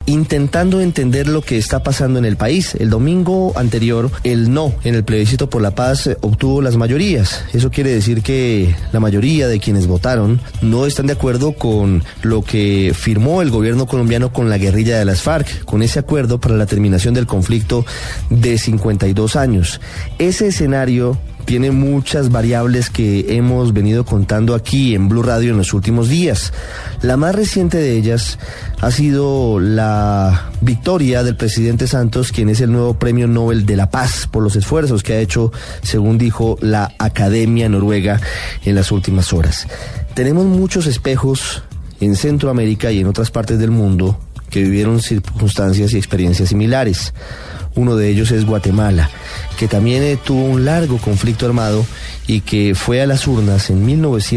intentando entender lo que está pasando en el país. El domingo anterior, el no en el plebiscito por la paz obtuvo las mayorías. Eso quiere decir que la mayoría de quienes votaron no están de acuerdo con lo que firmó el gobierno colombiano con la guerrilla de las FARC, con ese acuerdo para la terminación del conflicto de 52 años. Ese escenario tiene muchas variables que hemos venido contando aquí en Blue Radio en los últimos días. La más reciente de ellas ha sido la victoria del presidente Santos, quien es el nuevo Premio Nobel de la Paz, por los esfuerzos que ha hecho, según dijo la Academia Noruega en las últimas horas. Tenemos muchos espejos en Centroamérica y en otras partes del mundo que vivieron circunstancias y experiencias similares. Uno de ellos es Guatemala, que también tuvo un largo conflicto armado y que fue a las urnas en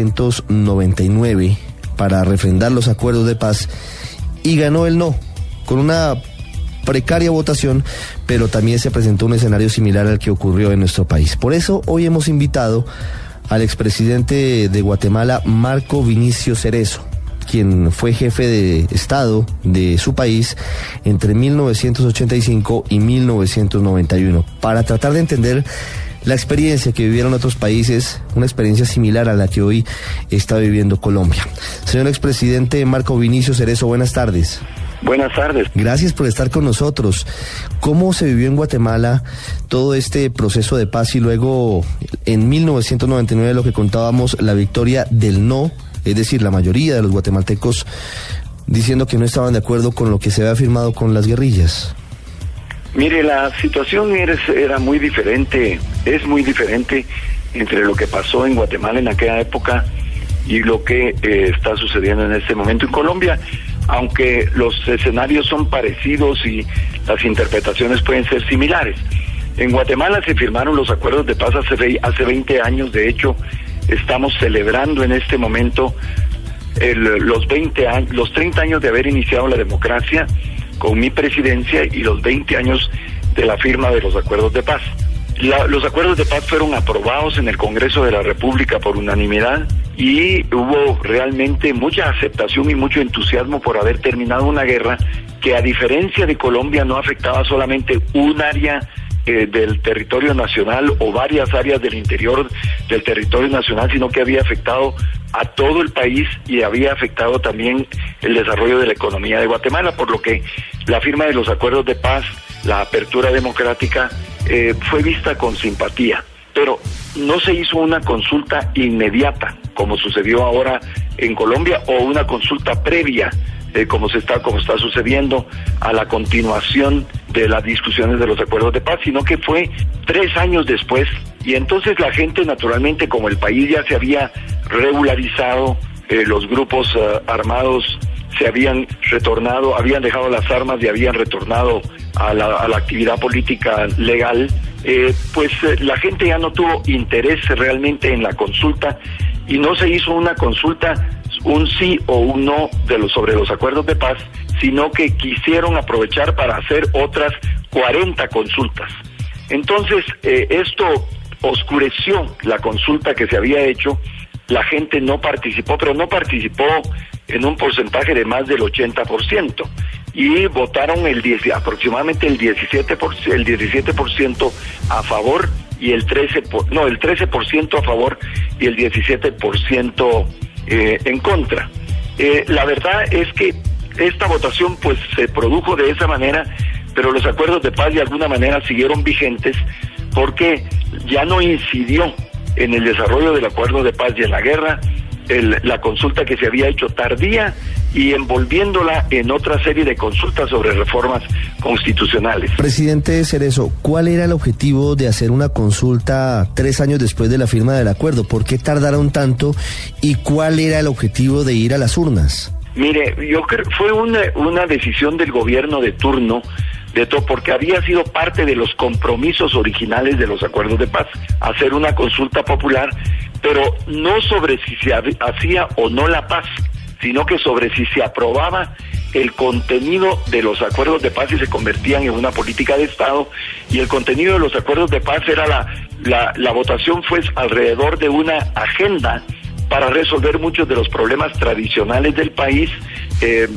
1999 para refrendar los acuerdos de paz y ganó el no, con una precaria votación, pero también se presentó un escenario similar al que ocurrió en nuestro país. Por eso hoy hemos invitado al expresidente de Guatemala, Marco Vinicio Cerezo, quien fue jefe de Estado de su país entre 1985 y 1991, para tratar de entender la experiencia que vivieron otros países, una experiencia similar a la que hoy está viviendo Colombia. Señor expresidente Marco Vinicio Cerezo, buenas tardes. Buenas tardes. Gracias por estar con nosotros. ¿Cómo se vivió en Guatemala todo este proceso de paz y luego en 1999 lo que contábamos, la victoria del no? Es decir, la mayoría de los guatemaltecos diciendo que no estaban de acuerdo con lo que se había firmado con las guerrillas. Mire, la situación era muy diferente, es muy diferente entre lo que pasó en Guatemala en aquella época y lo que está sucediendo en este momento en Colombia, aunque los escenarios son parecidos y las interpretaciones pueden ser similares. En Guatemala se firmaron los acuerdos de paz hace 20 años, de hecho, estamos celebrando en este momento los 30 años de haber iniciado la democracia con mi presidencia y los 20 años de la firma de los acuerdos de paz. Los acuerdos de paz fueron aprobados en el Congreso de la República por unanimidad y hubo realmente mucha aceptación y mucho entusiasmo por haber terminado una guerra que, a diferencia de Colombia, no afectaba solamente un área del territorio nacional o varias áreas del interior del territorio nacional, sino que había afectado a todo el país y había afectado también el desarrollo de la economía de Guatemala, por lo que la firma de los acuerdos de paz, la apertura democrática, fue vista con simpatía. Pero no se hizo una consulta inmediata, como sucedió ahora en Colombia, o una consulta previa, como está sucediendo a la continuación de las discusiones de los acuerdos de paz, sino que fue 3 años después, y entonces la gente, naturalmente, como el país ya se había regularizado, los grupos armados se habían retornado, habían dejado las armas y habían retornado a la actividad política legal, la gente ya no tuvo interés realmente en la consulta y no se hizo una consulta, un sí o un no sobre los acuerdos de paz, sino que quisieron aprovechar para hacer otras 40 consultas. Entonces, esto oscureció la consulta que se había hecho. La gente no participó, pero no participó en un porcentaje de más del 80%, y votaron aproximadamente el 17% a favor y el 13% a favor y el 17% en contra. La verdad es que esta votación pues se produjo de esa manera, pero los acuerdos de paz de alguna manera siguieron vigentes porque ya no incidió en el desarrollo del acuerdo de paz y en la guerra la consulta que se había hecho tardía y envolviéndola en otra serie de consultas sobre reformas constitucionales. Presidente Cerezo, ¿cuál era el objetivo de hacer una consulta 3 años después de la firma del acuerdo? ¿Por qué tardaron tanto y cuál era el objetivo de ir a las urnas? Mire, yo creo que fue una decisión del gobierno de turno, porque había sido parte de los compromisos originales de los acuerdos de paz, hacer una consulta popular, pero no sobre si se hacía o no la paz, sino que sobre si se aprobaba el contenido de los acuerdos de paz y se convertían en una política de Estado, y el contenido de los acuerdos de paz era la votación fue alrededor de una agenda para resolver muchos de los problemas tradicionales del país,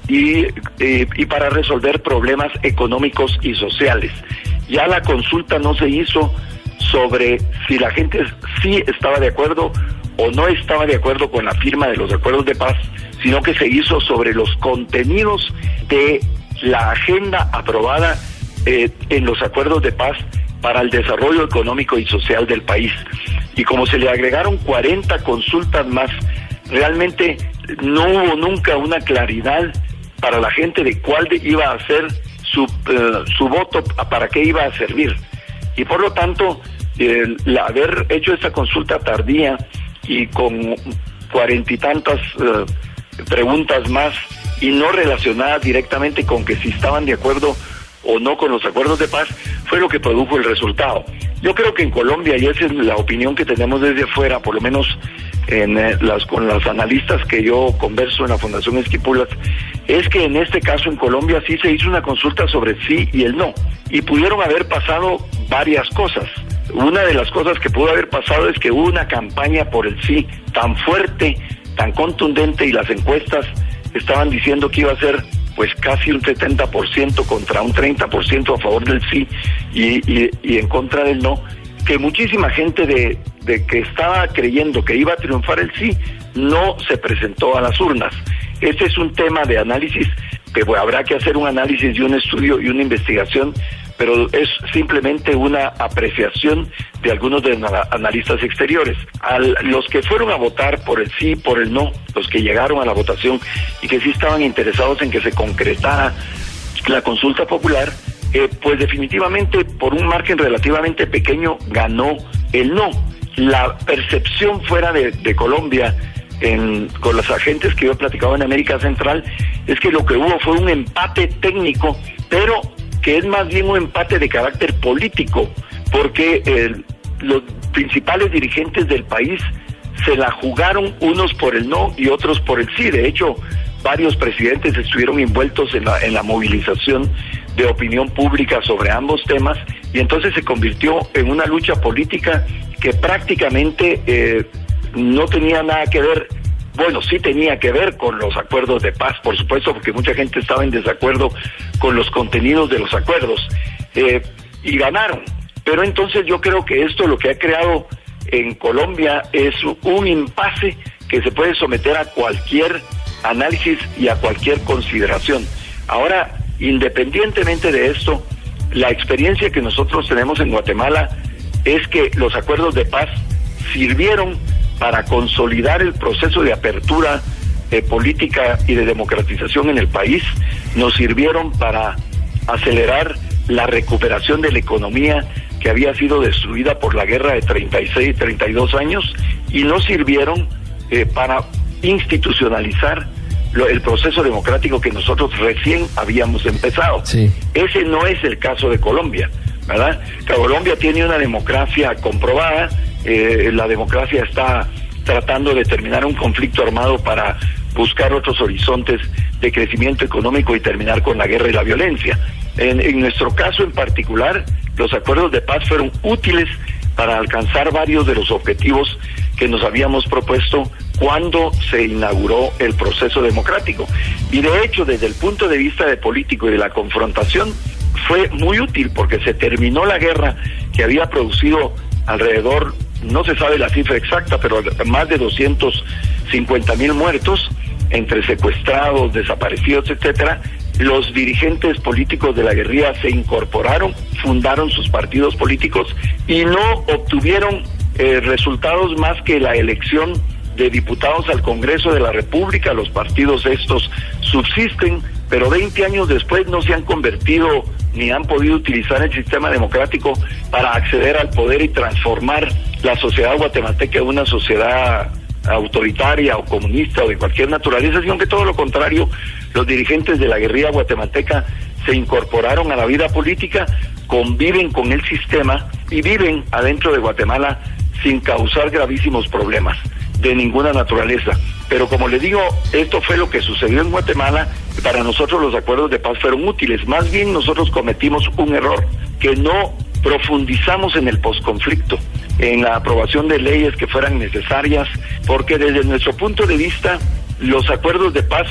y para resolver problemas económicos y sociales. Ya la consulta no se hizo sobre si la gente sí estaba de acuerdo o no estaba de acuerdo con la firma de los acuerdos de paz, sino que se hizo sobre los contenidos de la agenda aprobada en los acuerdos de paz para el desarrollo económico y social del país. Y como se le agregaron 40 consultas más, realmente no hubo nunca una claridad para la gente de cuál iba a ser su voto, para qué iba a servir. Y por lo tanto, haber hecho esta consulta tardía y con 40 y tantas preguntas más y no relacionadas directamente con que si estaban de acuerdo o no con los acuerdos de paz, fue lo que produjo el resultado. Yo creo que en Colombia, y esa es la opinión que tenemos desde afuera, por lo menos con las analistas que yo converso en la Fundación Esquipulas, es que en este caso en Colombia sí se hizo una consulta sobre el sí y el no, y pudieron haber pasado varias cosas. Una de las cosas que pudo haber pasado es que hubo una campaña por el sí tan fuerte, tan contundente, y las encuestas estaban diciendo que iba a ser pues casi un 70% contra un 30% a favor del sí y en contra del no, que muchísima gente de que estaba creyendo que iba a triunfar el sí no se presentó a las urnas. Este es un tema de análisis que habrá que hacer un análisis y un estudio y una investigación, pero es simplemente una apreciación de algunos de los analistas exteriores. Los que fueron a votar por el sí, por el no, los que llegaron a la votación y que sí estaban interesados en que se concretara la consulta popular, pues definitivamente por un margen relativamente pequeño ganó el no. La percepción fuera de Colombia con los agentes que yo he platicado en América Central es que lo que hubo fue un empate técnico, pero que es más bien un empate de carácter político, porque los principales dirigentes del país se la jugaron, unos por el no y otros por el sí. De hecho, varios presidentes estuvieron envueltos en la movilización de opinión pública sobre ambos temas, y entonces se convirtió en una lucha política que prácticamente no tenía nada que ver. Bueno, sí tenía que ver con los acuerdos de paz, por supuesto, porque mucha gente estaba en desacuerdo con los contenidos de los acuerdos, y ganaron. Pero entonces yo creo que esto lo que ha creado en Colombia es un impasse que se puede someter a cualquier análisis y a cualquier consideración. Ahora, independientemente de esto, la experiencia que nosotros tenemos en Guatemala es que los acuerdos de paz sirvieron para consolidar el proceso de apertura política y de democratización en el país, nos sirvieron para acelerar la recuperación de la economía que había sido destruida por la guerra de 36 y 32 años, y nos sirvieron para institucionalizar el proceso democrático que nosotros recién habíamos empezado. Sí. Ese no es el caso de Colombia, ¿verdad? Colombia tiene una democracia comprobada. La democracia está tratando de terminar un conflicto armado para buscar otros horizontes de crecimiento económico y terminar con la guerra y la violencia. En nuestro caso en particular, los acuerdos de paz fueron útiles para alcanzar varios de los objetivos que nos habíamos propuesto cuando se inauguró el proceso democrático. Y de hecho, desde el punto de vista de político y de la confrontación, fue muy útil porque se terminó la guerra que había producido alrededor, no se sabe la cifra exacta, pero más de 250,000 muertos entre secuestrados, desaparecidos, etcétera. Los dirigentes políticos de la guerrilla se incorporaron, fundaron sus partidos políticos y no obtuvieron resultados más que la elección de diputados al Congreso de la República. Los partidos estos subsisten, pero 20 años después no se han convertido ni han podido utilizar el sistema democrático para acceder al poder y transformar la sociedad guatemalteca en una sociedad autoritaria o comunista o de cualquier naturaleza, sino que todo lo contrario, los dirigentes de la guerrilla guatemalteca se incorporaron a la vida política, conviven con el sistema y viven adentro de Guatemala sin causar gravísimos problemas de ninguna naturaleza. Pero como les digo, esto fue lo que sucedió en Guatemala. Para nosotros los acuerdos de paz fueron útiles. Más bien nosotros cometimos un error, que no profundizamos en el posconflicto, en la aprobación de leyes que fueran necesarias, porque desde nuestro punto de vista los acuerdos de paz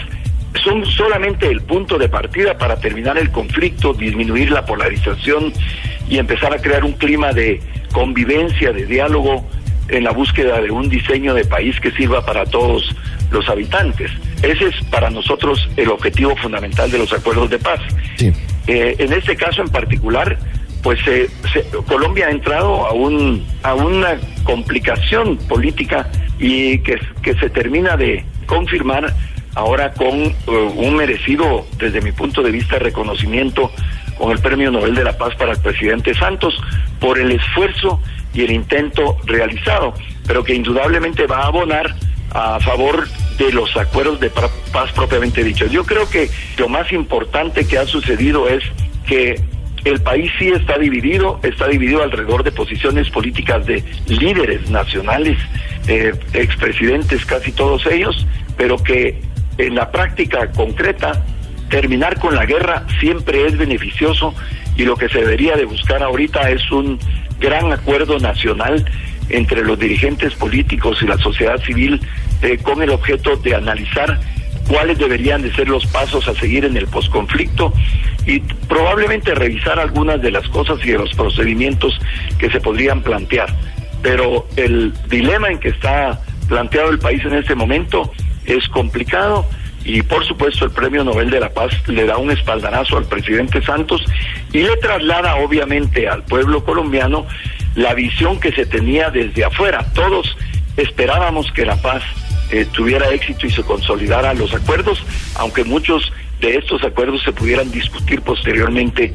son solamente el punto de partida para terminar el conflicto, disminuir la polarización y empezar a crear un clima de convivencia, de diálogo en la búsqueda de un diseño de país que sirva para todos los habitantes. Ese es para nosotros el objetivo fundamental de los acuerdos de paz. Sí. En este caso en particular, pues Colombia ha entrado a una complicación política y que se termina de confirmar ahora con un merecido, desde mi punto de vista, reconocimiento con el Premio Nobel de la Paz para el presidente Santos por el esfuerzo y el intento realizado, pero que indudablemente va a abonar a favor de los acuerdos de paz propiamente dichos. Yo creo que lo más importante que ha sucedido es que el país sí está dividido alrededor de posiciones políticas de líderes nacionales, expresidentes, casi todos ellos, pero que en la práctica concreta terminar con la guerra siempre es beneficioso y lo que se debería de buscar ahorita es un gran acuerdo nacional entre los dirigentes políticos y la sociedad civil con el objeto de analizar cuáles deberían de ser los pasos a seguir en el posconflicto y probablemente revisar algunas de las cosas y de los procedimientos que se podrían plantear. Pero el dilema en que está planteado el país en este momento es complicado y por supuesto el Premio Nobel de la Paz le da un espaldarazo al presidente Santos y le traslada obviamente al pueblo colombiano la visión que se tenía desde afuera. Todos esperábamos que la paz tuviera éxito y se consolidara los acuerdos, aunque muchos de estos acuerdos se pudieran discutir posteriormente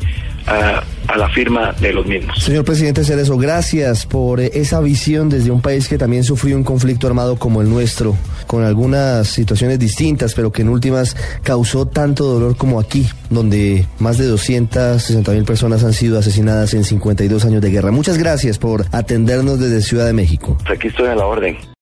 a la firma de los mismos. Señor presidente Cerezo, gracias por esa visión desde un país que también sufrió un conflicto armado como el nuestro, con algunas situaciones distintas, pero que en últimas causó tanto dolor como aquí, donde más de 260.000 personas han sido asesinadas en 52 años de guerra. Muchas gracias por atendernos desde Ciudad de México. Aquí estoy a la orden.